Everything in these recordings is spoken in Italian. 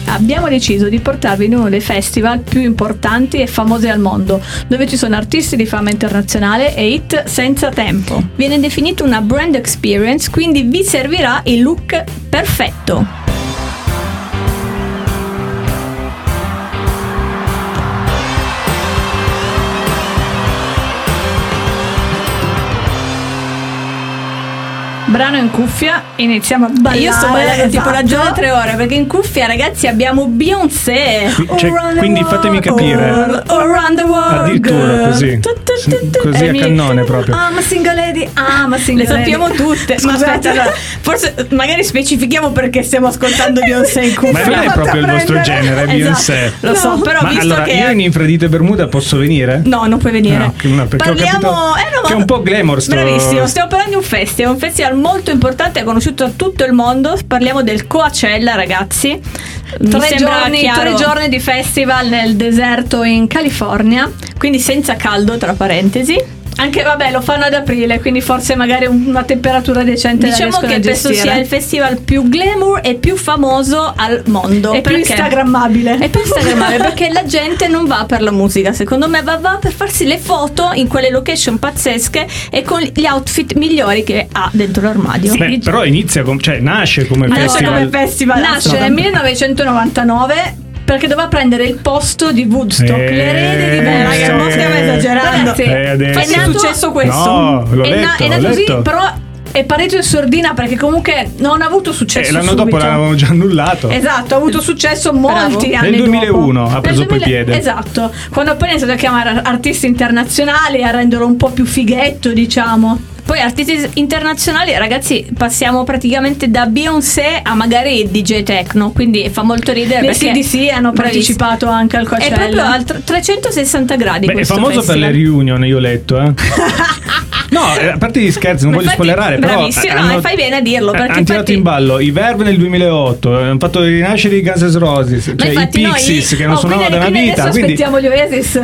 abbiamo deciso di portarvi in uno dei festival più importanti e famosi al mondo, dove ci sono artisti di fama internazionale e hit senza tempo. Viene definito una brand experience, quindi vi servirà il look perfetto. Brano in cuffia, iniziamo a ballare. Io sto ballando tipo ragione 3 ore, perché in cuffia, ragazzi, abbiamo Beyoncé. Quindi fatemi capire. Around the world. Addirittura così. Così a cannone proprio. I'm a single lady. Le sappiamo tutte. Ma aspetta, allora, forse magari specifichiamo perché stiamo ascoltando Beyoncé in cuffia. Ma non è proprio il vostro genere, Beyoncé. Lo so, però ma visto allora, che io in Infradite Bermuda posso venire? No, non puoi venire. No, perché Parliamo... ho capito che è un po' glamour Bravissimo, stiamo parlando di un festival molto importante, conosciuto da tutto il mondo. Parliamo del Coachella, ragazzi. 3 giorni di festival nel deserto in California, quindi senza caldo, tra parentesi. Anche vabbè, lo fanno ad aprile, quindi forse magari una temperatura decente. Diciamo che penso sia il festival più glamour e più famoso al mondo. E più instagrammabile. È più instagrammabile perché la gente non va per la musica, secondo me va per farsi le foto in quelle location pazzesche e con gli outfit migliori che ha dentro l'armadio. Beh, però inizia nasce come festival. Nasce nel 1999 perché doveva prendere il posto di Woodstock, l'erede di Woodstock. Non stiamo esagerando. È successo questo. No, è nato così, però è pareggio in sordina perché comunque non ha avuto successo l'anno subito. dopo l'avevano già annullato. Esatto, ha avuto successo molti anni dopo. Nel 2001 dopo. ha preso poi piede. Esatto, quando poi è iniziato a chiamare artisti internazionali a renderlo un po' più fighetto, diciamo. Poi artisti internazionali, ragazzi, passiamo praticamente da Beyoncé a magari DJ Techno, quindi fa molto ridere perché CDC hanno partecipato anche al Coachella. È proprio a 360 gradi. Beh, è famoso festival. per le reunion, io ho letto, No, a parte gli scherzi, non voglio spoilerare, però no, fai bene a dirlo, perché hanno tirato in ballo i Verve nel 2008, hanno fatto rinascere i Guns N' Roses, cioè i Pixies che non suonavano da una vita, quindi aspettiamo gli Oasis.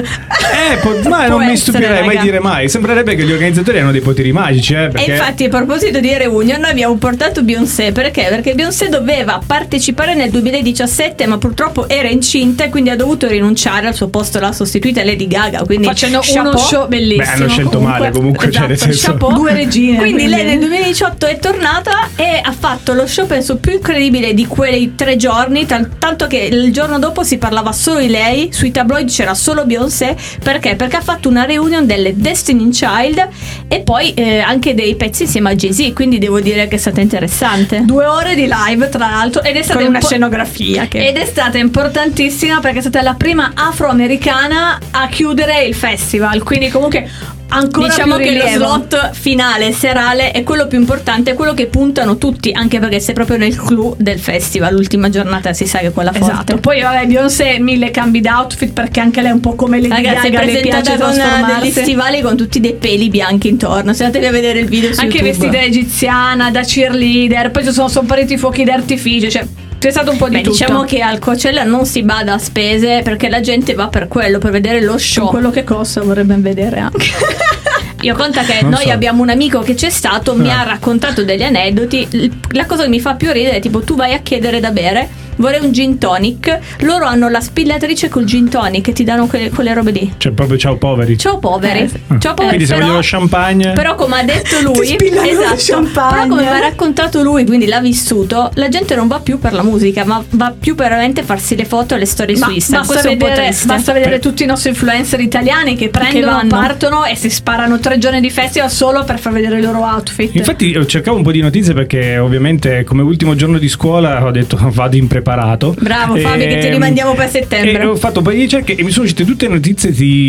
Ma non mi stupirei mai dire mai. Sembrerebbe che gli organizzatori hanno dei poteri magici, perché... E infatti, a proposito di reunion, noi abbiamo portato Beyoncé perché Beyoncé doveva partecipare nel 2017, ma purtroppo era incinta e quindi ha dovuto rinunciare. Al suo posto l'ha sostituita Lady Gaga, quindi facendo uno show bellissimo. Beh, hanno scelto male comunque, esatto, nel senso... due regine. Quindi lei nel 2018 è tornata e ha fatto lo show penso più incredibile di quei 3 giorni, tanto che il giorno dopo si parlava solo di lei, sui tabloid c'era solo Beyoncé. Perché ha fatto una reunion delle Destiny Child e poi anche dei pezzi insieme a Jay-Z, quindi devo dire che è stata interessante. 2 ore di live, tra l'altro, ed è stata con una scenografia ed è stata importantissima perché è stata la prima afroamericana a chiudere il festival, quindi comunque ancora diciamo più che rilievo. Lo slot finale serale è quello più importante, è quello che puntano tutti, anche perché sei proprio nel clou del festival. L'ultima giornata si sa che è quella forte. Esatto. Poi vabbè, Beyoncé 1000 cambi d'outfit perché anche lei è un po' come Lady Ragazzi, Gaga, le piace con trasformarsi. degli stivali con tutti dei peli bianchi intorno. Se andatevi a vedere il video su anche YouTube. vestita egiziana, da cheerleader, poi ci sono pareti fuochi d'artificio, cioè c'è stato un po' di tutto. Diciamo che al Coachella non si bada a spese perché la gente va per quello, per vedere lo show. Quello che costa vorrebbe vedere anche. Io conta che noi abbiamo un amico che c'è stato, mi ha raccontato degli aneddoti. La cosa che mi fa più ridere è tipo tu vai a chiedere da bere, vorrei un gin tonic, loro hanno la spillatrice col gin tonic e ti danno quelle robe lì. Cioè proprio ciao poveri. Ciao poveri. Ciao poveri. Quindi se voglio lo champagne. Però come ha detto lui, esatto. Però come mi ha raccontato lui, quindi l'ha vissuto, la gente non va più per la musica, ma va più per veramente farsi le foto e le storie su Instagram. Basta vedere tutti i nostri influencer italiani che prendono, partono e si sparano 3 giorni di festival solo per far vedere i loro outfit. Infatti cercavo un po' di notizie perché ovviamente come ultimo giorno di scuola ho detto vado impreparato. Bravo Fabio, che ti rimandiamo per settembre. E ho fatto un po' di ricerche e mi sono uscite tutte notizie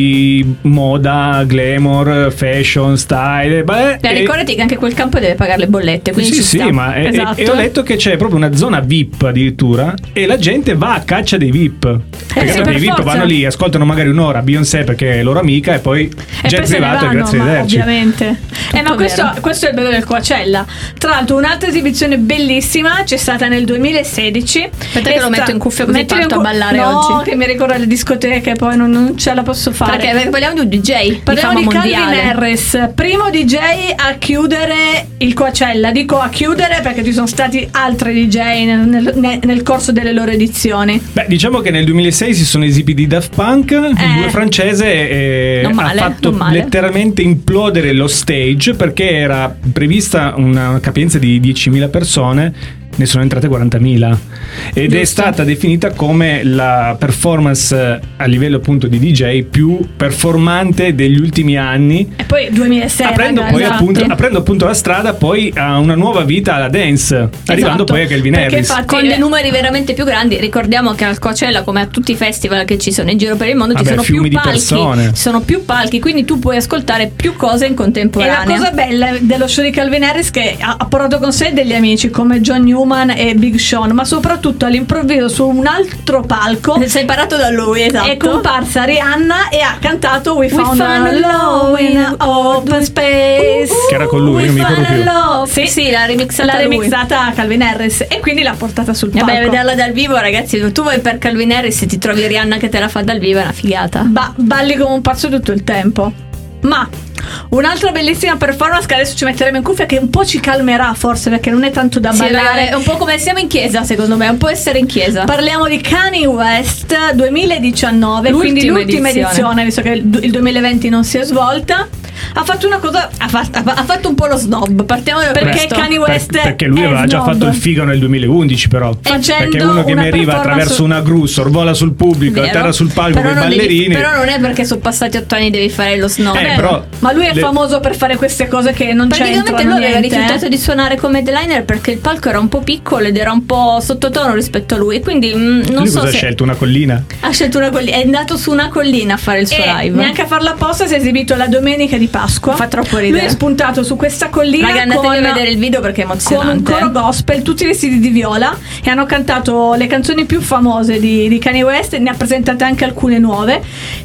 di moda, glamour, fashion, style. Ricordati che anche quel campo deve pagare le bollette, quindi sì, ma esatto. e ho letto che c'è proprio una zona VIP addirittura e la gente va a caccia dei VIP. perché i VIP vanno lì, ascoltano magari un'ora Beyoncé perché è loro amica e poi jet privato e grazie arrivederci. Ovviamente. Ma questo è il bello del Coachella. Tra l'altro un'altra esibizione bellissima c'è stata nel 2016. Aspetta che lo metto in cuffia così parto a ballare oggi. No, che mi ricorda le discoteche, poi non ce la posso fare. Perché parliamo di un DJ. Parliamo di Calvin Harris, primo DJ a chiudere il Coachella. Dico a chiudere perché ci sono stati altri DJ nel corso delle loro edizioni. Beh, diciamo che nel 2006 si sono esibiti i Daft Punk, il duo francese, ha fatto letteralmente implodere lo stage perché era prevista una capienza di 10.000 persone. Ne sono entrate 40.000 ed è stata definita come la performance a livello appunto di DJ più performante degli ultimi anni. E poi 2006 aprendo appunto la strada poi a una nuova vita alla dance, arrivando poi a Calvin Harris con dei numeri veramente più grandi. Ricordiamo che al Coachella, come a tutti i festival che ci sono in giro per il mondo, ci sono più palchi, quindi tu puoi ascoltare più cose in contemporanea. E la cosa bella dello show di Calvin Harris che ha portato con sé degli amici come John Newman e Big Sean, ma soprattutto all'improvviso su un altro palco sei imparato da lui, esatto, è comparsa Rihanna e ha cantato We Found Love in Open Space, che era con lui, non mi ricordo più. Sì, l'ha remixata Calvin Harris e quindi l'ha portata sul palco. Vabbè, vederla dal vivo, ragazzi, tu vai per Calvin Harris e ti trovi Rihanna che te la fa dal vivo, è una figata. Balli come un pazzo tutto il tempo. Ma un'altra bellissima performance che adesso ci metteremo in cuffia, che un po' ci calmerà forse perché non è tanto da ballare, è un po' come siamo in chiesa, secondo me, è un po' essere in chiesa. Parliamo di Kanye West 2019, quindi l'ultima edizione, visto che il 2020 non si è svolta. Ha fatto una cosa, ha fatto un po' lo snob. Partiamo da perché Kanye West perché lui aveva già fatto il figo nel 2011, però perché uno che mi arriva attraverso una gru, sorvola sul pubblico, atterra sul palco con i ballerini. Però non è perché sono passati 8 anni devi fare lo snob. Ma lui è famoso per fare queste cose che non c'entrano niente. Praticamente lui aveva rifiutato di suonare come headliner perché il palco era un po' piccolo ed era un po' sottotono rispetto a lui, quindi non so se ha scelto una collina. Ha scelto una collina, è andato su una collina a fare il suo live. Neanche a farla apposta, si è esibito la domenica di Pasqua. Fa troppo ridere. Lui è spuntato su questa collina. Raga, andatevi a vedere il video perché è emozionante. Con un coro gospel, tutti vestiti di viola, e hanno cantato le canzoni più famose di Kanye West. Ne ha presentate anche alcune nuove.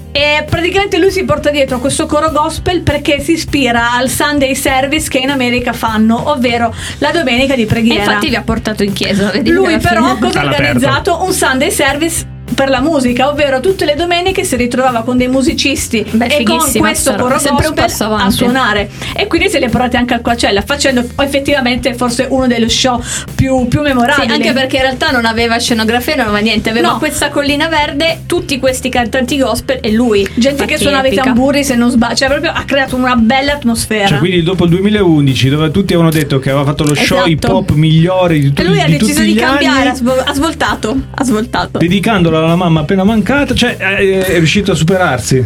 E praticamente lui si porta dietro questo coro gospel perché si ispira al Sunday service che in America fanno, ovvero la domenica di preghiera. E infatti vi ha portato in chiesa. Lui però cosa ha organizzato? Un Sunday service per la musica, ovvero tutte le domeniche si ritrovava con dei musicisti e con questo coro gospel a suonare, e quindi se le portate anche al Coachella, facendo effettivamente forse uno dello show più memorabili. Sì, anche perché in realtà non aveva scenografia, non aveva niente, aveva questa collina verde, tutti questi cantanti gospel e lui, gente che suonava i tamburi se non sbaglio, cioè proprio ha creato una bella atmosfera. Cioè, quindi dopo il 2011, dove tutti avevano detto che aveva fatto lo show hip hop migliore di tutti gli anni, e lui ha deciso di cambiare, ha svoltato dedicandolo alla mamma appena mancata, cioè è riuscito a superarsi.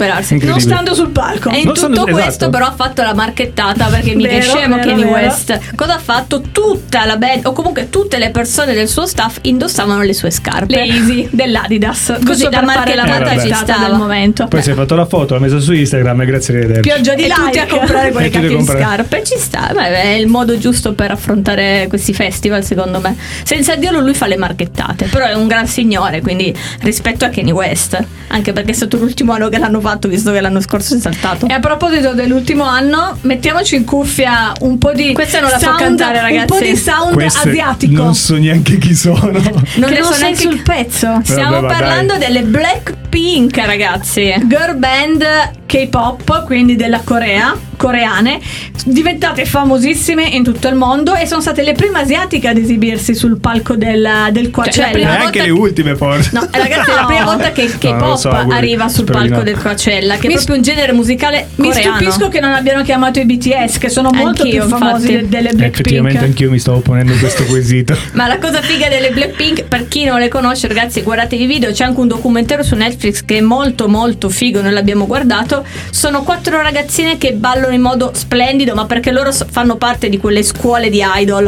Non stando sul palco. E in tutto questo però ha fatto la marchettata, perché mica è scemo Kanye West. Cosa ha fatto? Tutta la band, o comunque tutte le persone del suo staff, indossavano le sue scarpe, le Easy dell'Adidas, così da marchettata ci stava al momento. Poi si è fatto la foto, l'ha messa su Instagram e grazie, arrivederci. Pioggia di like. Tutti a comprare quelle cacchio di scarpe. Ci sta, è il modo giusto per affrontare questi festival, secondo me. Senza dirlo, lui fa le marchettate, però è un gran signore, quindi rispetto a Kanye West, anche perché è stato l'ultimo anno che l'hanno fatto, visto che l'anno scorso è saltato. E a proposito dell'ultimo anno, mettiamoci in cuffia un po' di questa non la so cantare, ragazzi, un po' di sound asiatico. Non so neanche chi sono, non ne so neanche sul pezzo. Stiamo parlando delle Blackpink, ragazzi, girl band K-pop, quindi della coreane, diventate famosissime in tutto il mondo e sono state le prime asiatiche ad esibirsi sul palco del Coachella. Cioè, anche le ultime forse. No, ragazzi, è la prima volta che il K-pop arriva sul palco del Coachella, che è proprio un genere musicale coreano. Mi stupisco che non abbiano chiamato i BTS, che sono molto più famosi delle Blackpink. Effettivamente anch'io mi stavo ponendo questo quesito. Ma la cosa figa delle Blackpink, per chi non le conosce, ragazzi, guardatevi i video, c'è anche un documentario su Netflix che è molto molto figo, noi l'abbiamo guardato. Sono 4 ragazzine che ballano in modo splendido, ma perché loro fanno parte di quelle scuole di idol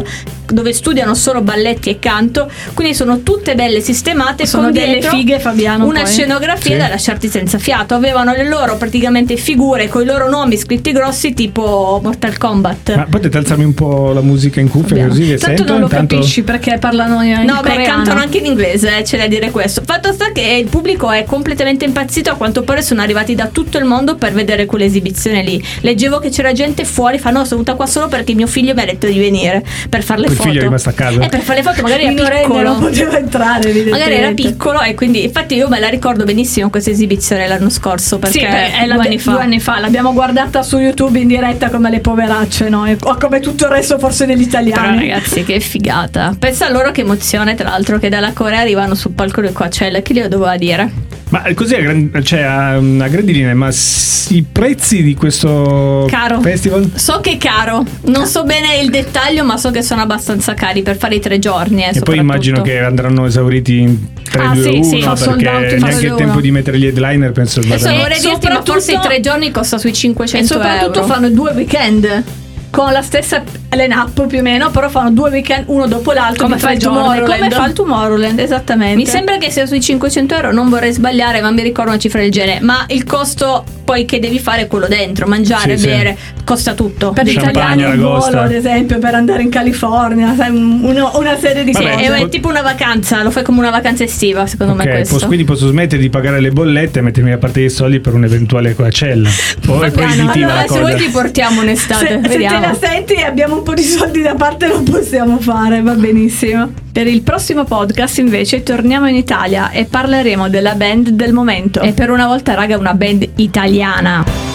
dove studiano solo balletti e canto, quindi sono tutte belle sistemate, sono con delle fighe, Fabiano, una poi scenografia da lasciarti senza fiato. Avevano le loro praticamente figure con i loro nomi scritti grossi, tipo Mortal Kombat. Ma potete alzarmi un po' la musica in cuffia così che tanto sento? non lo capisci perché parlano in coreano. Cantano anche in inglese, c'è da dire questo. Fatto sta che il pubblico è completamente impazzito, a quanto pare sono arrivati da tutto il mondo per vedere quell'esibizione lì. Leggevo che c'era gente fuori, no, sono venuta qua solo perché mio figlio mi ha detto di venire per fare le foto. Il figlio è rimasto a casa? Per fare le foto, magari era piccolo, non poteva entrare, magari era piccolo, e quindi infatti io me la ricordo benissimo questa esibizione l'anno scorso, perché è 2 anni fa l'abbiamo guardata su YouTube in diretta come le poveracce, no? O come tutto il resto forse degli italiani. Però ragazzi, che figata, pensa a loro che emozione, tra l'altro, che dalla Corea arrivano sul palco del Coachella. Chi glielo doveva dire? Ma così a grandi linee, ma i prezzi di questo festival? So che è caro, non so bene il dettaglio, ma so che sono abbastanza cari per fare i 3 giorni. E poi immagino che andranno esauriti in 3-2-1, perché neanche il tempo di mettere gli headliner penso vada. Vorrei dirti, ma forse i 3 giorni costa sui 500 euro. E soprattutto fanno 2 weekend con la stessa line-up più o meno, però fanno 2 weekend uno dopo l'altro, come fa il Tomorrowland, esattamente. Mi sembra che sia sui 500 euro, non vorrei sbagliare, ma mi ricordo una cifra del genere. Ma il costo poi che devi fare è quello dentro, mangiare, bere, costa tutto. Per gli italiani un volo, ad esempio, per andare in California, sai, una serie di cose. È tipo una vacanza, lo fai come una vacanza estiva, secondo me questo. Quindi posso smettere di pagare le bollette e mettermi a parte dei soldi per un'eventuale Coachella. Poi allora, se vuoi ti portiamo un'estate, se te la senti e abbiamo un po' di soldi da parte lo possiamo fare, va benissimo. Per il prossimo podcast invece torniamo in Italia e parleremo della band del momento. E per una volta, raga, una band italiana.